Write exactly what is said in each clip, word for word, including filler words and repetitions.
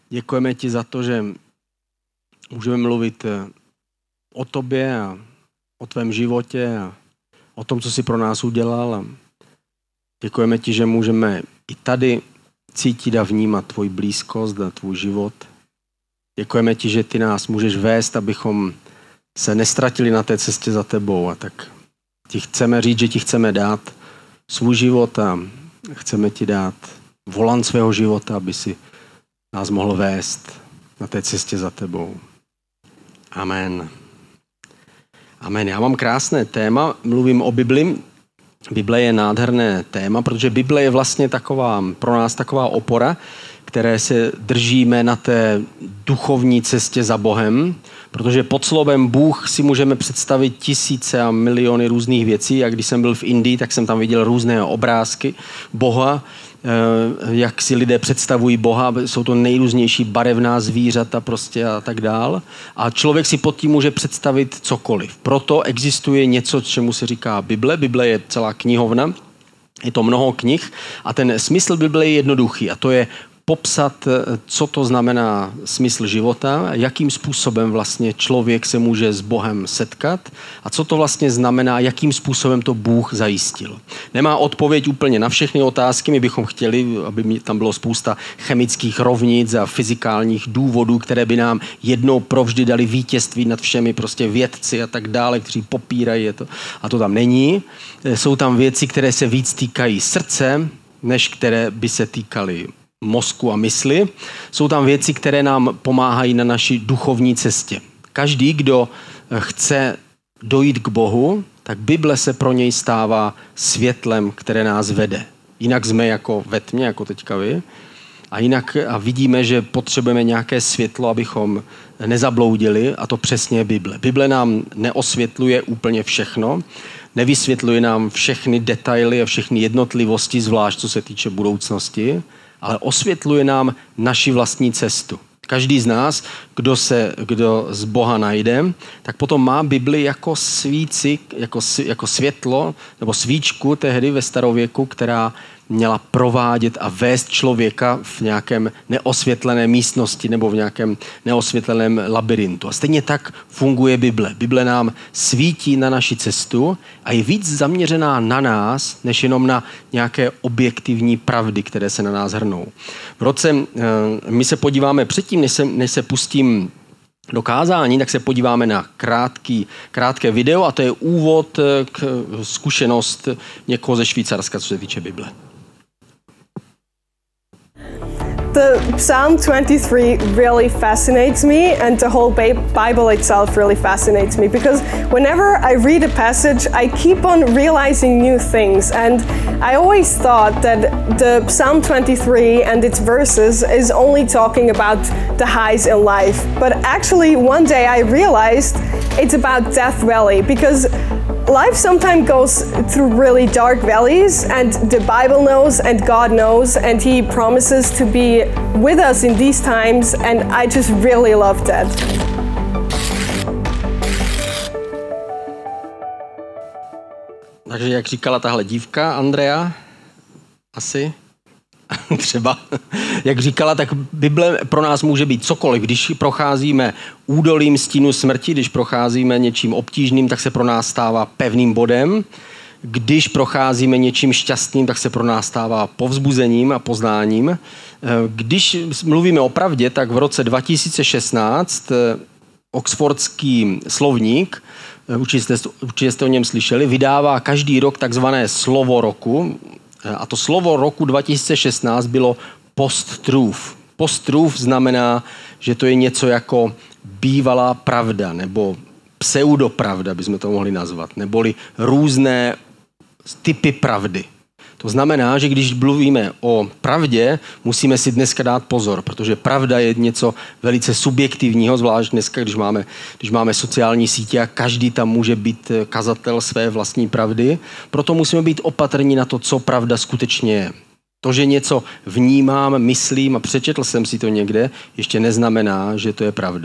Děkujeme ti za to, že můžeme mluvit o tobě a o tvém životě a o tom, co jsi pro nás udělal. A děkujeme ti, že můžeme i tady cítit a vnímat tvoji blízkost a tvůj život. Děkujeme ti, že ty nás můžeš vést, abychom se nestratili na té cestě za tebou. A tak ti chceme říct, že ti chceme dát svůj život a chceme ti dát volant svého života, aby si nás mohl vést na té cestě za tebou. Amen. Amen. Já mám krásné téma, mluvím o Bibli. Bible je nádherné téma, protože Bible je vlastně taková, pro nás taková opora, které se držíme na té duchovní cestě za Bohem, protože pod slovem Bůh si můžeme představit tisíce a miliony různých věcí. A když jsem byl v Indii, tak jsem tam viděl různé obrázky Boha, jak si lidé představují Boha, jsou to nejrůznější barevná zvířata prostě a tak dál. A člověk si pod tím může představit cokoliv. Proto existuje něco, čemu se říká Bible. Bible je celá knihovna, je to mnoho knih a ten smysl Bible je jednoduchý a to je popsat, co to znamená smysl života, jakým způsobem vlastně člověk se může s Bohem setkat a co to vlastně znamená, jakým způsobem to Bůh zajistil. Nemá odpověď úplně na všechny otázky, my bychom chtěli, aby tam bylo spousta chemických rovnic a fyzikálních důvodů, které by nám jednou provždy dali vítězství nad všemi prostě vědci a tak dále, kteří popírají je to. A to tam není. Jsou tam věci, které se víc týkají srdce, než které by se týkaly mozku a mysli. Jsou tam věci, které nám pomáhají na naší duchovní cestě. Každý, kdo chce dojít k Bohu, tak Bible se pro něj stává světlem, které nás vede. Jinak jsme jako ve tmě, jako teďka vy. A jinak a vidíme, že potřebujeme nějaké světlo, abychom nezabloudili, a to přesně je Bible. Bible nám neosvětluje úplně všechno, nevysvětluje nám všechny detaily a všechny jednotlivosti, zvlášť co se týče budoucnosti, ale osvětluje nám naši vlastní cestu. Každý z nás, kdo se, kdo z Boha najde, tak potom má Bibli jako svíci, jako, jako světlo, nebo svíčku tehdy ve starověku, která měla provádět a vést člověka v nějakém neosvětlené místnosti nebo v nějakém neosvětleném labirintu. A stejně tak funguje Bible. Bible nám svítí na naši cestu a je víc zaměřená na nás, než jenom na nějaké objektivní pravdy, které se na nás hrnou. V roce, my se podíváme předtím, než se, než se pustím do kázání, tak se podíváme na krátký, krátké video a to je úvod k zkušenost někoho ze Švýcarska, co se týče Bible. The Psalm twenty-three really fascinates me, and the whole Bible itself really fascinates me, because whenever I read a passage, I keep on realizing new things, and I always thought that the Psalm twenty-three and its verses is only talking about the highs in life, but actually one day I realized it's about Death Valley, because life sometimes goes through really dark valleys, and the Bible knows and God knows, and He promises to be with us in these times, and I just really love that. Takže jak říkala tahle dívka, Andrea, asi, třeba, jak říkala, tak Bible pro nás může být cokoliv. Když procházíme údolím stínu smrti, když procházíme něčím obtížným, tak se pro nás stává pevným bodem. Když procházíme něčím šťastným, tak se pro nás stává povzbuzením a poznáním. Když mluvíme o pravdě, tak v roce dva tisíce šestnáct Oxfordský slovník, určitě jste, určitě jste o něm slyšeli, vydává každý rok takzvané slovo roku. A to slovo roku dva tisíce šestnáct bylo post-truth. Post-truth znamená, že to je něco jako bývalá pravda, nebo pseudopravda, bychom to mohli nazvat, neboli různé typy pravdy. To znamená, že když mluvíme o pravdě, musíme si dneska dát pozor, protože pravda je něco velice subjektivního, zvlášť dneska, když máme, když máme sociální sítě a každý tam může být kazatel své vlastní pravdy. Proto musíme být opatrní na to, co pravda skutečně je. To, že něco vnímám, myslím a přečetl jsem si to někde, ještě neznamená, že to je pravda.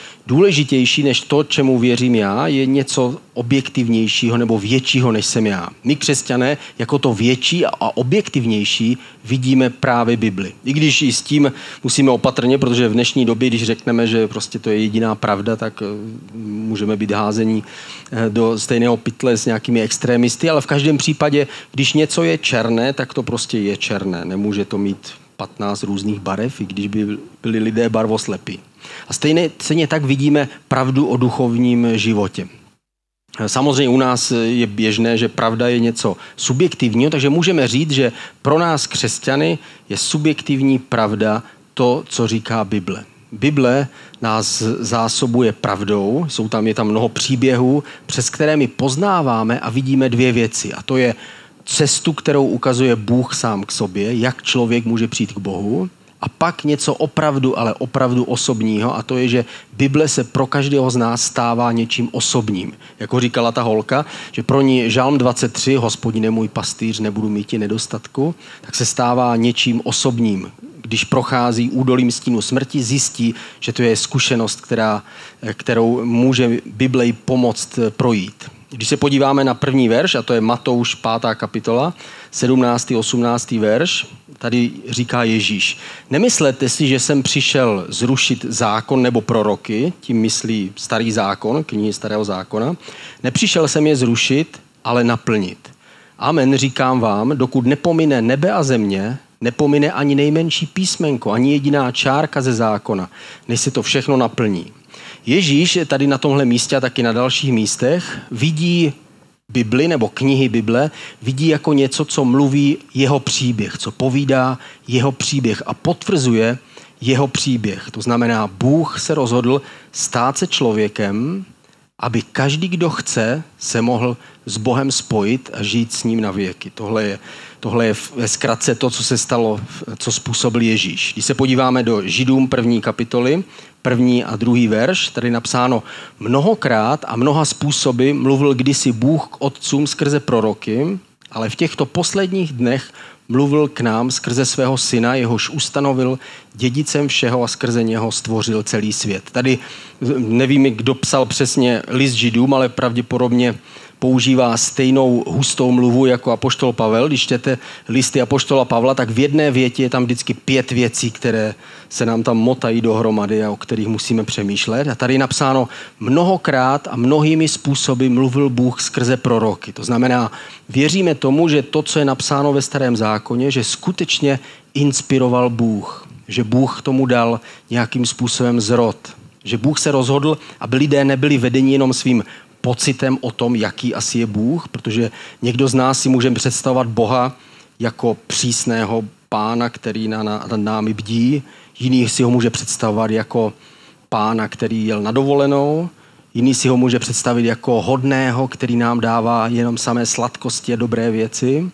Důležitější než to, čemu věřím já, je něco objektivnějšího nebo většího, než jsem já. My křesťané jako to větší a objektivnější vidíme právě Bibli. I když i s tím musíme opatrně, protože v dnešní době, když řekneme, že prostě to je jediná pravda, tak můžeme být házení do stejného pytle s nějakými extrémisty, ale v každém případě, když něco je černé, tak to prostě je černé. Nemůže to mít patnáct různých barev, i když by byli lidé barvoslepí. A stejně, stejně tak vidíme pravdu o duchovním životě. Samozřejmě u nás je běžné, že pravda je něco subjektivního, takže můžeme říct, že pro nás křesťany je subjektivní pravda to, co říká Bible. Bible nás zásobuje pravdou, jsou tam, je tam mnoho příběhů, přes které my poznáváme a vidíme dvě věci. A to je cestu, kterou ukazuje Bůh sám k sobě, jak člověk může přijít k Bohu. A pak něco opravdu, ale opravdu osobního, a to je, že Bible se pro každého z nás stává něčím osobním. Jako říkala ta holka, že pro ní Žalm dvacet tři, Hospodine můj pastýř, nebudu mít nedostatku, tak se stává něčím osobním. Když prochází údolím stínu smrti, zjistí, že to je zkušenost, která, kterou může Bible pomoct projít. Když se podíváme na první verš, a to je Matouš pátá kapitola, sedmnáctý osmnáctý verš, tady říká Ježíš: Nemyslete si, že jsem přišel zrušit zákon nebo proroky, tím myslí starý zákon, knihy starého zákona. Nepřišel jsem je zrušit, ale naplnit. Amen, říkám vám, dokud nepomine nebe a země, nepomine ani nejmenší písmenko, ani jediná čárka ze zákona, než se to všechno naplní. Ježíš tady na tomhle místě a taky na dalších místech vidí Bibli nebo knihy Bible, vidí jako něco, co mluví jeho příběh, co povídá jeho příběh a potvrzuje jeho příběh. To znamená, Bůh se rozhodl stát se člověkem, aby každý, kdo chce, se mohl s Bohem spojit a žít s ním na věky. Tohle je, tohle je ve zkratce to, co se stalo, co způsobil Ježíš. Když se podíváme do Židům první kapitoly, první a druhý verš, tady napsáno: Mnohokrát a mnoha způsoby mluvil kdysi Bůh k otcům skrze proroky, ale v těchto posledních dnech mluvil k nám skrze svého syna, jehož ustanovil dědicem všeho a skrze něho stvořil celý svět. Tady nevím, kdo psal přesně list Židům, ale pravděpodobně používá stejnou hustou mluvu jako apoštol Pavel. Když čtete listy apoštola Pavla, tak v jedné větě je tam vždycky pět věcí, které se nám tam motají dohromady a o kterých musíme přemýšlet. A tady je napsáno: mnohokrát a mnohými způsoby mluvil Bůh skrze proroky. To znamená, věříme tomu, že to, co je napsáno ve Starém zákoně, že skutečně inspiroval Bůh. Že Bůh tomu dal nějakým způsobem zrod. Že Bůh se rozhodl, aby lidé nebyli vedeni jenom svým pocitem o tom, jaký asi je Bůh, protože někdo z nás si může představovat Boha jako přísného pána, který na, na, na námi bdí, jiný si ho může představovat jako pána, který jel na dovolenou, jiný si ho může představit jako hodného, který nám dává jenom samé sladkosti a dobré věci.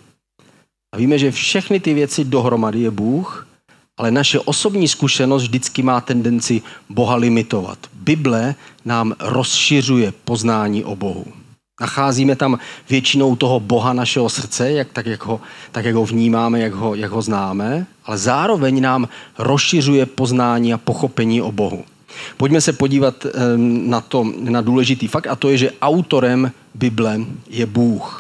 A víme, že všechny ty věci dohromady je Bůh, ale naše osobní zkušenost vždycky má tendenci Boha limitovat. Bible nám rozšiřuje poznání o Bohu. Nacházíme tam většinou toho Boha našeho srdce, jak, tak, jak ho, tak jak ho vnímáme, jak ho, jak ho známe, ale zároveň nám rozšiřuje poznání a pochopení o Bohu. Pojďme se podívat na to, na důležitý fakt, a to je, že autorem Bible je Bůh.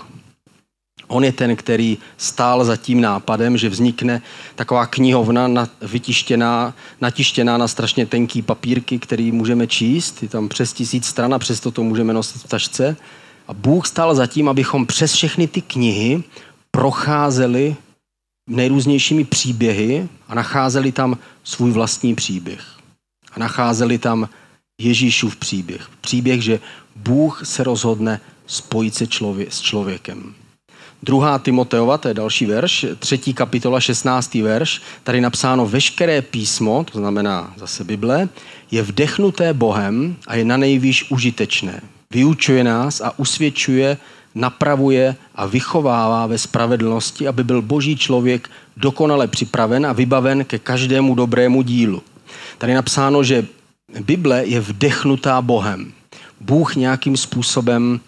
On je ten, který stál za tím nápadem, že vznikne taková knihovna vytištěná, natištěná na strašně tenký papírky, který můžeme číst. Je tam přes tisíc stran a přesto to můžeme nosit v tašce. A Bůh stál za tím, abychom přes všechny ty knihy procházeli nejrůznějšími příběhy a nacházeli tam svůj vlastní příběh. A nacházeli tam Ježíšův příběh. Příběh, že Bůh se rozhodne spojit se člově- s člověkem. Druhá Timoteova, to je další verš, třetí kapitola, šestnáctý verš, tady napsáno: veškeré písmo, to znamená zase Bible, je vdechnuté Bohem a je na nejvýš užitečné. Vyučuje nás a usvědčuje, napravuje a vychovává ve spravedlnosti, aby byl boží člověk dokonale připraven a vybaven ke každému dobrému dílu. Tady napsáno, že Bible je vdechnutá Bohem. Bůh nějakým způsobem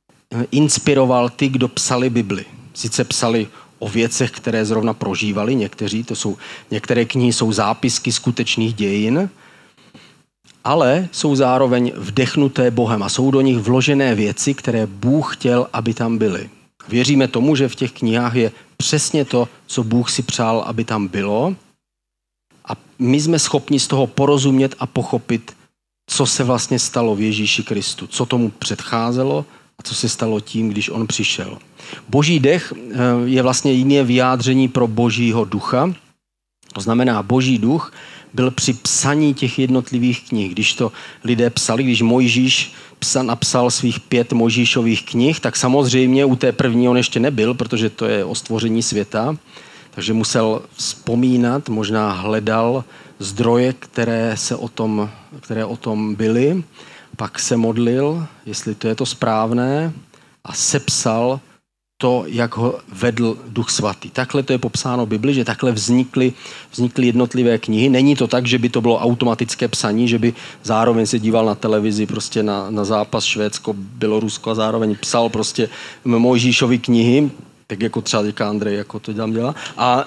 inspiroval ty, kdo psali Bibli. Sice psali o věcech, které zrovna prožívali někteří, to jsou, některé knihy jsou zápisky skutečných dějin, ale jsou zároveň vdechnuté Bohem a jsou do nich vložené věci, které Bůh chtěl, aby tam byly. Věříme tomu, že v těch knihách je přesně to, co Bůh si přál, aby tam bylo. A my jsme schopni z toho porozumět a pochopit, co se vlastně stalo v Ježíši Kristu, co tomu předcházelo a co se stalo tím, když on přišel. Boží dech je vlastně jiné vyjádření pro Božího ducha. To znamená, Boží duch byl při psaní těch jednotlivých knih. Když to lidé psali, když Mojžíš psa, napsal svých pět Mojžíšových knih, tak samozřejmě u té první on ještě nebyl, protože to je o stvoření světa. Takže musel vzpomínat, možná hledal zdroje, které, se o tom, které o tom byly. Pak se modlil, jestli to je to správné, a sepsal to, jak ho vedl Duch Svatý. Takhle to je popsáno v Bibli, že takhle vznikly, vznikly jednotlivé knihy. Není to tak, že by to bylo automatické psaní, že by zároveň se díval na televizi prostě na, na zápas Švédsko, Bělorusko a zároveň psal prostě Mojžíšovy knihy, tak jako třeba teďka Andrej, jako to tam dělá. A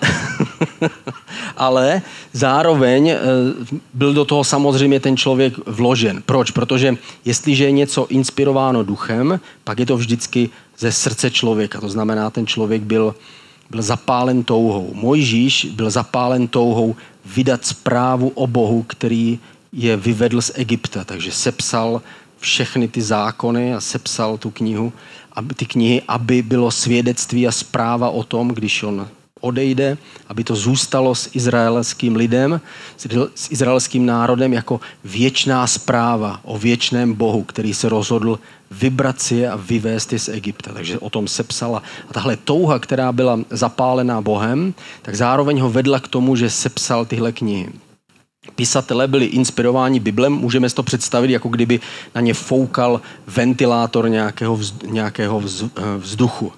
ale zároveň byl do toho samozřejmě ten člověk vložen. Proč? Protože jestliže je něco inspirováno duchem, pak je to vždycky ze srdce člověka. To znamená, ten člověk byl, byl zapálen touhou. Mojžíš byl zapálen touhou vydat zprávu o Bohu, který je vyvedl z Egypta. Takže sepsal všechny ty zákony a sepsal tu knihu, aby ty knihy, aby bylo svědectví a zpráva o tom, když on odejde, aby to zůstalo s izraelským lidem, s izraelským národem jako věčná zpráva o věčném Bohu, který se rozhodl vybrat si je a vyvést je z Egypta. Takže o tom sepsala. A tahle touha, která byla zapálená Bohem, tak zároveň ho vedla k tomu, že sepsal tyhle knihy. Pisatelé byli inspirováni Biblem, můžeme si to představit, jako kdyby na ně foukal ventilátor nějakého, vz, nějakého vz, vzduchu.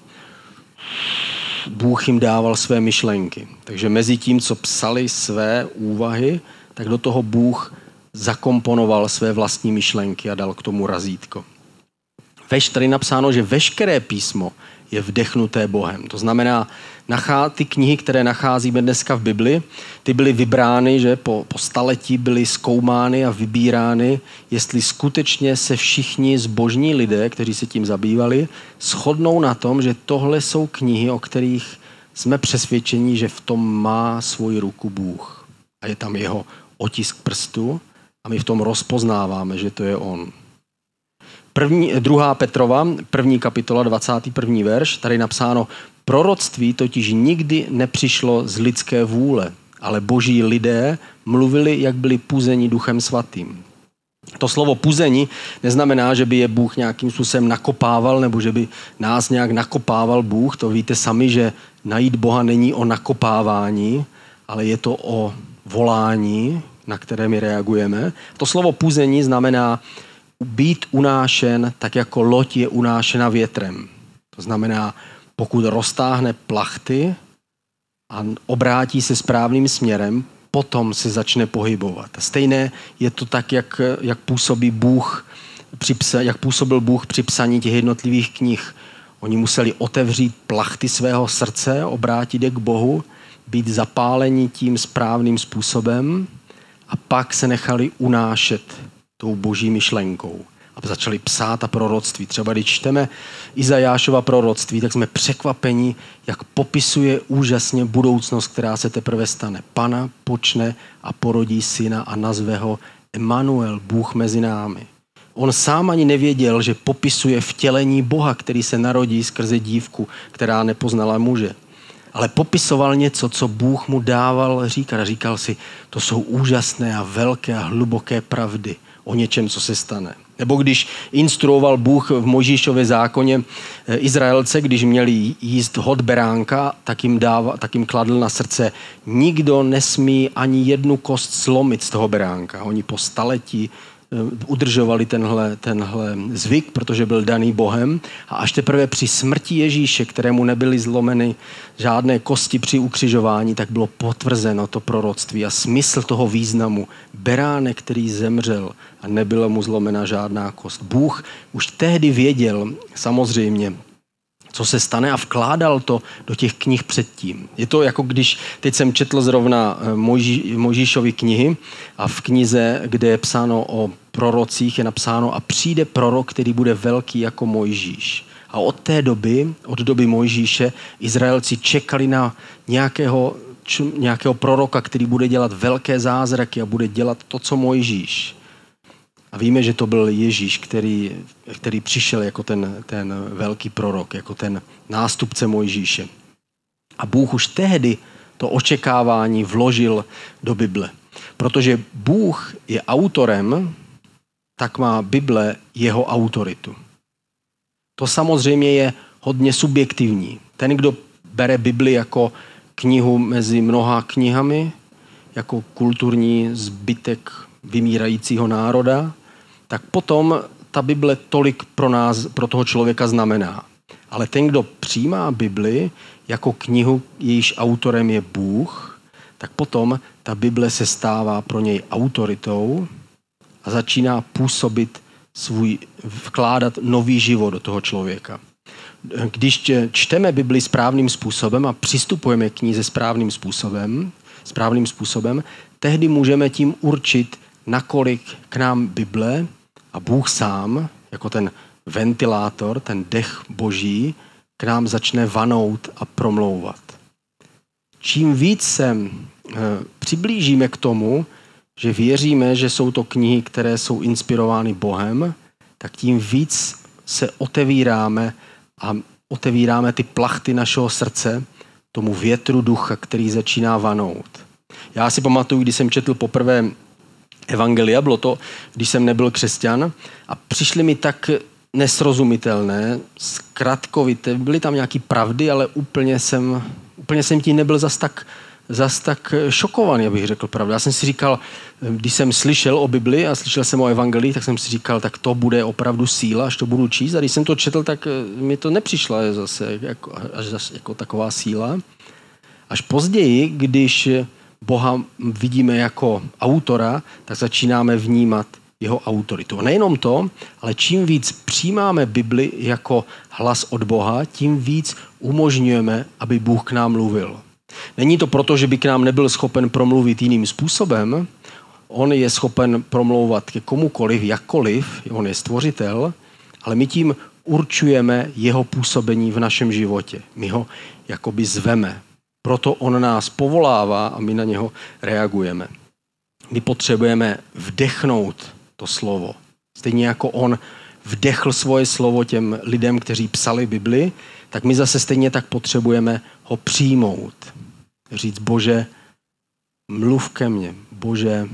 Bůh jim dával své myšlenky. Takže mezi tím, co psali své úvahy, tak do toho Bůh zakomponoval své vlastní myšlenky a dal k tomu razítko. Veš, tady napsáno, že veškeré písmo je vdechnuté Bohem. To znamená, ty knihy, které nacházíme dneska v Bibli, ty byly vybrány, že po, po staletí byly zkoumány a vybírány, jestli skutečně se všichni zbožní lidé, kteří se tím zabývali, shodnou na tom, že tohle jsou knihy, o kterých jsme přesvědčeni, že v tom má svoji ruku Bůh. A je tam jeho otisk prstu a my v tom rozpoznáváme, že to je on. První, druhá Petrova, první kapitola, dvacátý první verš, tady napsáno, proroctví totiž nikdy nepřišlo z lidské vůle, ale boží lidé mluvili, jak byli puzeni Duchem Svatým. To slovo puzeni neznamená, že by je Bůh nějakým způsobem nakopával, nebo že by nás nějak nakopával Bůh. To víte sami, že najít Boha není o nakopávání, ale je to o volání, na které my reagujeme. To slovo puzeni znamená být unášen tak, jako loď je unášena větrem. To znamená, pokud roztáhne plachty a obrátí se správným směrem, potom se začne pohybovat. A stejné je to tak, jak, jak působí Bůh, při psa, jak působil Bůh při psaní těch jednotlivých knih. Oni museli otevřít plachty svého srdce, obrátit je k Bohu, být zapáleni tím správným způsobem a pak se nechali unášet tou boží myšlenkou. A začali psát a proroctví. Třeba když čteme Izajášova proroctví, tak jsme překvapeni, jak popisuje úžasně budoucnost, která se teprve stane. Pana počne a porodí syna a nazve ho Emanuel, Bůh mezi námi. On sám ani nevěděl, že popisuje vtělení Boha, který se narodí skrze dívku, která nepoznala muže. Ale popisoval něco, co Bůh mu dával říkat. A říkal si, to jsou úžasné a velké a hluboké pravdy o něčem, co se stane. Nebo když instruoval Bůh v Mojžíšově zákoně Izraelce, když měli jíst hod beránka, tak jim, dával, tak jim kladl na srdce, nikdo nesmí ani jednu kost slomit z toho beránka. Oni po staletí udržovali tenhle, tenhle zvyk, protože byl daný Bohem. A až teprve při smrti Ježíše, kterému nebyly zlomeny žádné kosti při ukřižování, tak bylo potvrzeno to proroctví a smysl toho významu. Beránek, který zemřel a nebyla mu zlomena žádná kost. Bůh už tehdy věděl samozřejmě, co se stane a vkládal to do těch knih předtím. Je to jako když, teď jsem četl zrovna Mojží, Mojžíšovy knihy a v knize, kde je psáno o prorocích, je napsáno a přijde prorok, který bude velký jako Mojžíš. A od té doby, od doby Mojžíše, Izraelci čekali na nějakého, nějakého proroka, který bude dělat velké zázraky a bude dělat to, co Mojžíš. A víme, že to byl Ježíš, který, který přišel jako ten, ten velký prorok, jako ten nástupce Mojžíše. A Bůh už tehdy to očekávání vložil do Bible. Protože Bůh je autorem, tak má Bible jeho autoritu. To samozřejmě je hodně subjektivní. Ten, kdo bere Bibli jako knihu mezi mnoha knihami, jako kulturní zbytek vymírajícího národa, tak potom ta Bible tolik pro nás, pro toho člověka znamená. Ale ten, kdo přijímá Bibli jako knihu, jejíž autorem je Bůh, tak potom ta Bible se stává pro něj autoritou a začíná působit svůj, vkládat nový život do toho člověka. Když čteme Bibli správným způsobem a přistupujeme k ní se správným způsobem, správným způsobem, tehdy můžeme tím určit, nakolik k nám Bible a Bůh sám, jako ten ventilátor, ten dech boží, k nám začne vanout a promlouvat. Čím víc se e, přiblížíme k tomu, že věříme, že jsou to knihy, které jsou inspirovány Bohem, tak tím víc se otevíráme a otevíráme ty plachty našeho srdce tomu větru ducha, který začíná vanout. Já si pamatuju, když jsem četl poprvé evangelia, bylo to, když jsem nebyl křesťan a přišly mi tak nesrozumitelné, zkratkovité, byly tam nějaký pravdy, ale úplně jsem, úplně jsem tím nebyl zas tak, zas tak šokovaný, abych řekl pravdu. Já jsem si říkal, když jsem slyšel o Bibli a slyšel jsem o evangelii, tak jsem si říkal, tak to bude opravdu síla, až to budu číst. A když jsem to četl, tak mi to nepřišlo zase jako, až zase jako taková síla. Až později, když Boha vidíme jako autora, tak začínáme vnímat jeho autoritu. A nejenom to, ale čím víc přijímáme Bibli jako hlas od Boha, tím víc umožňujeme, aby Bůh k nám mluvil. Není to proto, že by k nám nebyl schopen promluvit jiným způsobem. On je schopen promlouvat ke komukoliv, jakkoliv, on je stvořitel, ale my tím určujeme jeho působení v našem životě. My ho jakoby zveme. Proto on nás povolává a my na něho reagujeme. My potřebujeme vdechnout to slovo. Stejně jako on vdechl svoje slovo těm lidem, kteří psali Bibli, tak my zase stejně tak potřebujeme ho přijmout. Říct, Bože, mluv ke mně. Bože,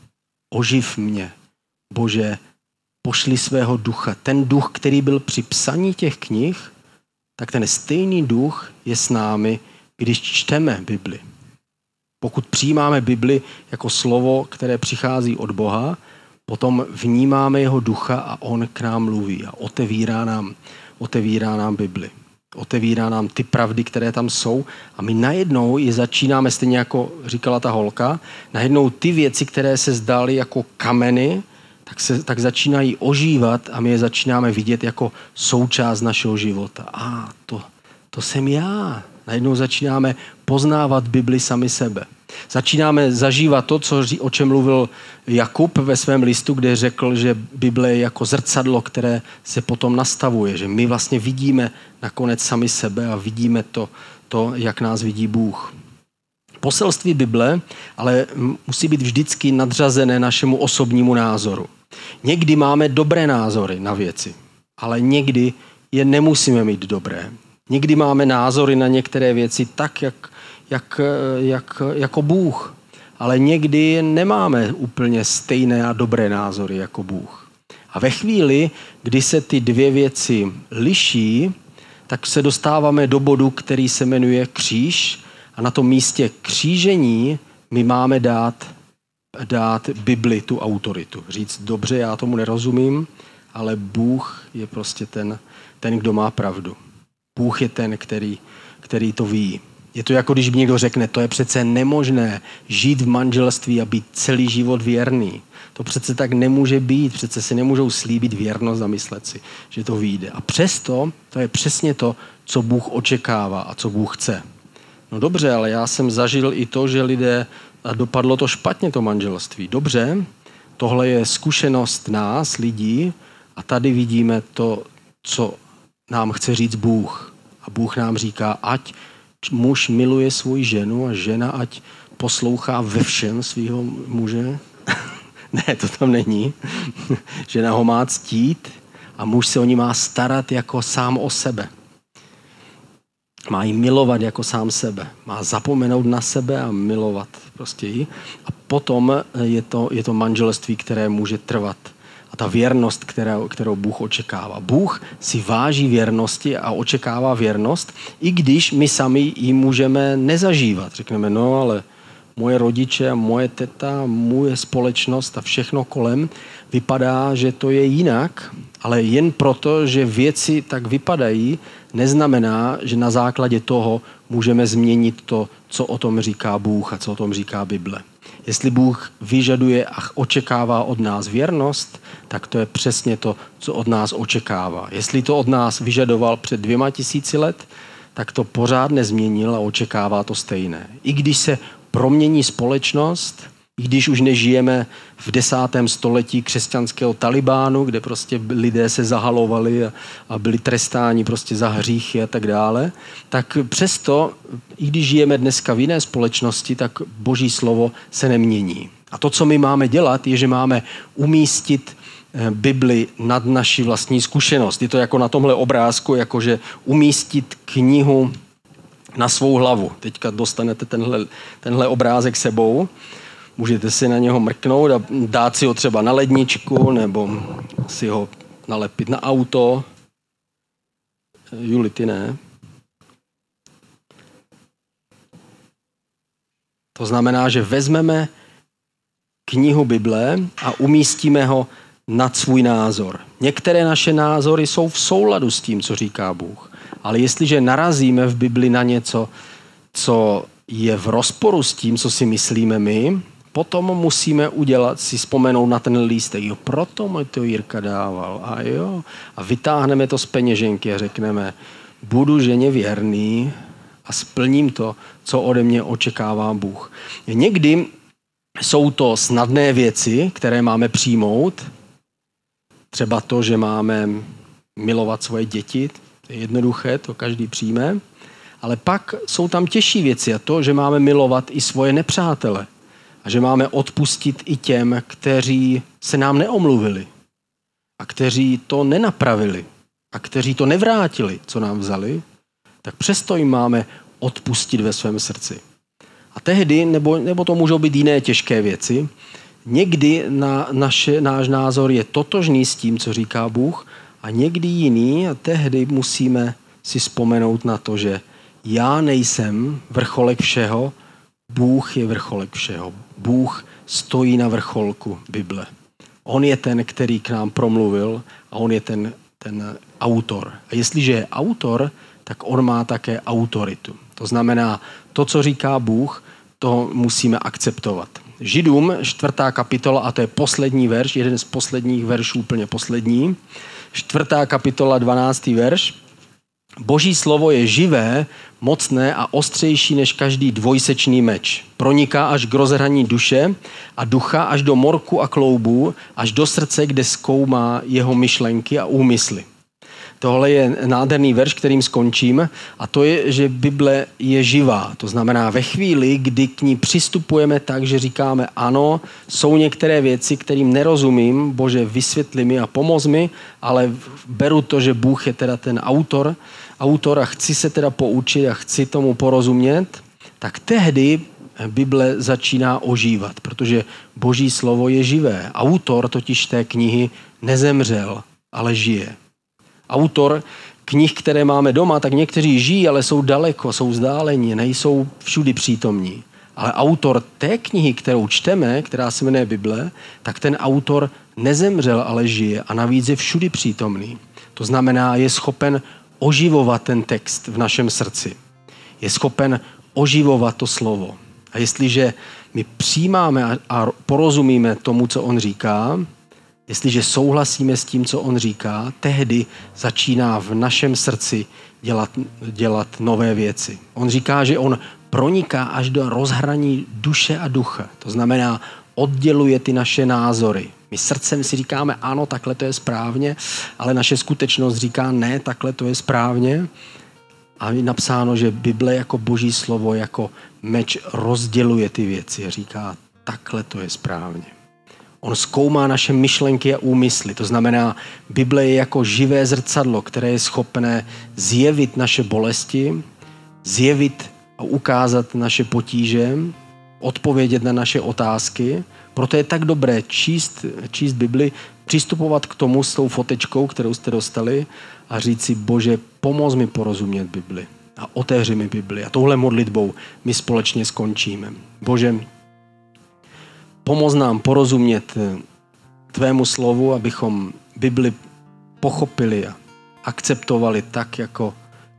oživ mě. Bože, pošli svého ducha. Ten duch, který byl při psaní těch knih, tak ten stejný duch je s námi, když čteme Bibli. Pokud přijímáme Bibli jako slovo, které přichází od Boha, potom vnímáme jeho ducha a on k nám mluví a otevírá nám, otevírá nám Bibli. Otevírá nám ty pravdy, které tam jsou a my najednou je začínáme, stejně jako říkala ta holka, najednou ty věci, které se zdály jako kameny, tak, se, tak začínají ožívat a my je začínáme vidět jako součást našeho života. A to, to jsem já. Najednou začínáme poznávat Bibli sami sebe. Začínáme zažívat to, co, o čem mluvil Jakub ve svém listu, kde řekl, že Bible je jako zrcadlo, které se potom nastavuje, že my vlastně vidíme nakonec sami sebe a vidíme to, to jak nás vidí Bůh. Poselství Bible ale musí být vždycky nadřazené našemu osobnímu názoru. Někdy máme dobré názory na věci, ale někdy je nemusíme mít dobré. Někdy máme názory na některé věci tak, jak, jak, jak, jako Bůh, ale někdy nemáme úplně stejné a dobré názory jako Bůh. A ve chvíli, kdy se ty dvě věci liší, tak se dostáváme do bodu, který se jmenuje kříž a na tom místě křížení my máme dát, dát Bibli tu autoritu. Říct, dobře, já tomu nerozumím, ale Bůh je prostě ten, ten kdo má pravdu. Bůh je ten, který, který to ví. Je to jako když někdo řekne, to je přece nemožné žít v manželství a být celý život věrný. To přece tak nemůže být, přece si nemůžou slíbit věrnost a myslet si, že to vyjde. A přesto to je přesně to, co Bůh očekává a co Bůh chce. No dobře, ale já jsem zažil i to, že lidé, a dopadlo to špatně, to manželství. Dobře, tohle je zkušenost nás, lidí, a tady vidíme to, co nám chce říct Bůh. A Bůh nám říká, ať muž miluje svou ženu a žena ať poslouchá ve všem svého muže. Ne, to tam není. Žena ho má ctít a muž se o ní má starat jako sám o sebe. Má jí milovat jako sám sebe. Má zapomenout na sebe a milovat prostě jí. A potom je to, je to manželství, které může trvat. A ta věrnost, kterou, kterou Bůh očekává. Bůh si váží věrnosti a očekává věrnost, i když my sami ji můžeme nezažívat. Řekneme, no ale moje rodiče a moje teta, moje společnost a všechno kolem vypadá, že to je jinak, ale jen proto, že věci tak vypadají, neznamená, že na základě toho můžeme změnit to, co o tom říká Bůh a co o tom říká Bible. Jestli Bůh vyžaduje a očekává od nás věrnost, tak to je přesně to, co od nás očekává. Jestli to od nás vyžadoval před dvěma tisíci let, tak to pořád nezměnil a očekává to stejné. I když se promění společnost, i když už nežijeme v desátém století křesťanského Talibánu, kde prostě lidé se zahalovali a, a byli trestáni prostě za hříchy a tak dále, tak přesto, i když žijeme dneska v jiné společnosti, tak Boží slovo se nemění. A to, co my máme dělat, je, že máme umístit Bibli nad naši vlastní zkušenost. Je to jako na tomhle obrázku, jakože umístit knihu na svou hlavu. Teďka dostanete tenhle, tenhle obrázek sebou. Můžete si na něho mrknout a dát si ho třeba na ledničku nebo si ho nalepit na auto. Juli, ty ne. To znamená, že vezmeme knihu Bible a umístíme ho nad svůj názor. Některé naše názory jsou v souladu s tím, co říká Bůh. Ale jestliže narazíme v Bibli na něco, co je v rozporu s tím, co si myslíme my, potom musíme udělat, si vzpomenout na ten lístek. Jo, proto mi to Jirka dával. A jo, a vytáhneme to z peněženky a řekneme, budu ženě věrný a splním to, co ode mě očekává Bůh. Někdy jsou to snadné věci, které máme přijmout. Třeba to, že máme milovat svoje děti. To je jednoduché, to každý přijme. Ale pak jsou tam těžší věci a to, že máme milovat i svoje nepřátele. A že máme odpustit i těm, kteří se nám neomluvili. A kteří to nenapravili. A kteří to nevrátili, co nám vzali. Tak přesto jim máme odpustit ve svém srdci. A tehdy, nebo, nebo to můžou být jiné těžké věci, někdy na naše, náš názor je totožný s tím, co říká Bůh, a někdy jiný, a tehdy musíme si vzpomenout na to, že já nejsem vrcholek všeho, Bůh je vrcholek všeho. Bůh stojí na vrcholku Bible. On je ten, který k nám promluvil a on je ten, ten autor. A jestliže je autor, tak on má také autoritu. To znamená, to, co říká Bůh, to musíme akceptovat. Židům, čtvrtá kapitola, a to je poslední verš, jeden z posledních veršů, úplně poslední. Čtvrtá kapitola, dvanáctý verš. Boží slovo je živé, mocné a ostřejší než každý dvojsečný meč. Proniká až k rozhraní duše a ducha, až do morku a kloubů, až do srdce, kde zkoumá jeho myšlenky a úmysly. Tohle je nádherný verš, kterým skončím, a to je, že Bible je živá. To znamená, ve chvíli, kdy k ní přistupujeme tak, že říkáme ano, jsou některé věci, kterým nerozumím, Bože, vysvětli mi a pomoz mi, ale beru to, že Bůh je teda ten autor, autor a chci se teda poučit a chci tomu porozumět, tak tehdy Bible začíná ožívat, protože Boží slovo je živé. Autor totiž té knihy nezemřel, ale žije. Autor knih, které máme doma, tak někteří žijí, ale jsou daleko, jsou vzdálení, nejsou všudy přítomní. Ale autor té knihy, kterou čteme, která se jmenuje Bible, tak ten autor nezemřel, ale žije a navíc je všudy přítomný. To znamená, je schopen oživovat ten text v našem srdci. Je schopen oživovat to slovo. A jestliže my přijímáme a, a porozumíme tomu, co on říká, jestliže souhlasíme s tím, co on říká, tehdy začíná v našem srdci dělat, dělat nové věci. On říká, že on proniká až do rozhraní duše a ducha. To znamená, odděluje ty naše názory. My srdcem si říkáme, ano, takhle to je správně, ale naše skutečnost říká, ne, takhle to je správně. A je napsáno, že Bible jako boží slovo, jako meč rozděluje ty věci a říká, takhle to je správně. On zkoumá naše myšlenky a úmysly. To znamená, Bible je jako živé zrcadlo, které je schopné zjevit naše bolesti, zjevit a ukázat naše potíže, odpovědět na naše otázky. Proto je tak dobré číst, číst Bibli, přistupovat k tomu s tou fotečkou, kterou jste dostali a říct si, Bože, pomoz mi porozumět Bibli a otevři mi Bibli. A touhle modlitbou my společně skončíme. Bože, pomoz nám porozumět tvému slovu, abychom Bibli pochopili a akceptovali tak jako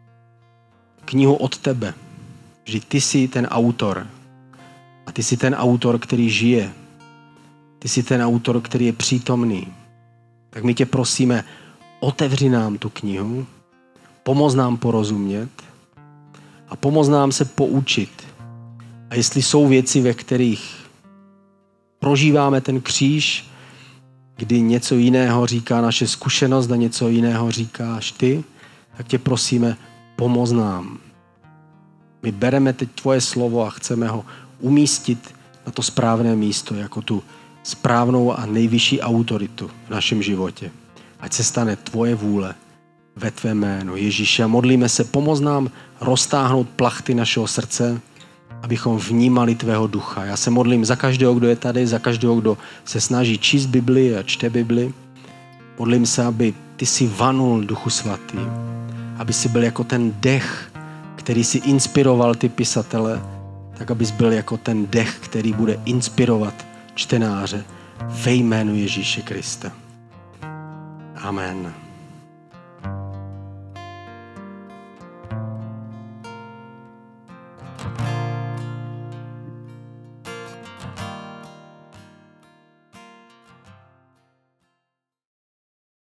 knihu od tebe. Že ty jsi ten autor a ty jsi ten autor, který žije. Ty jsi ten autor, který je přítomný. Tak my tě prosíme, otevři nám tu knihu, pomoz nám porozumět a pomoz nám se poučit. A jestli jsou věci, ve kterých prožíváme ten kříž, kdy něco jiného říká naše zkušenost a něco jiného říkáš ty, tak tě prosíme, pomoz nám. My bereme teď tvoje slovo a chceme ho umístit na to správné místo, jako tu správnou a nejvyšší autoritu v našem životě. Ať se stane tvoje vůle ve tvé jménu. Ježíši, a modlíme se, pomoz nám roztáhnout plachty našeho srdce, abychom vnímali tvého ducha. Já se modlím za každého, kdo je tady, za každého, kdo se snaží číst Bibli a čte Bibli. Modlím se, aby ty si vanul, Duchu Svatý, aby si byl jako ten dech, který si inspiroval ty pisatele, tak abys byl jako ten dech, který bude inspirovat čtenáře ve jménu Ježíše Krista. Amen.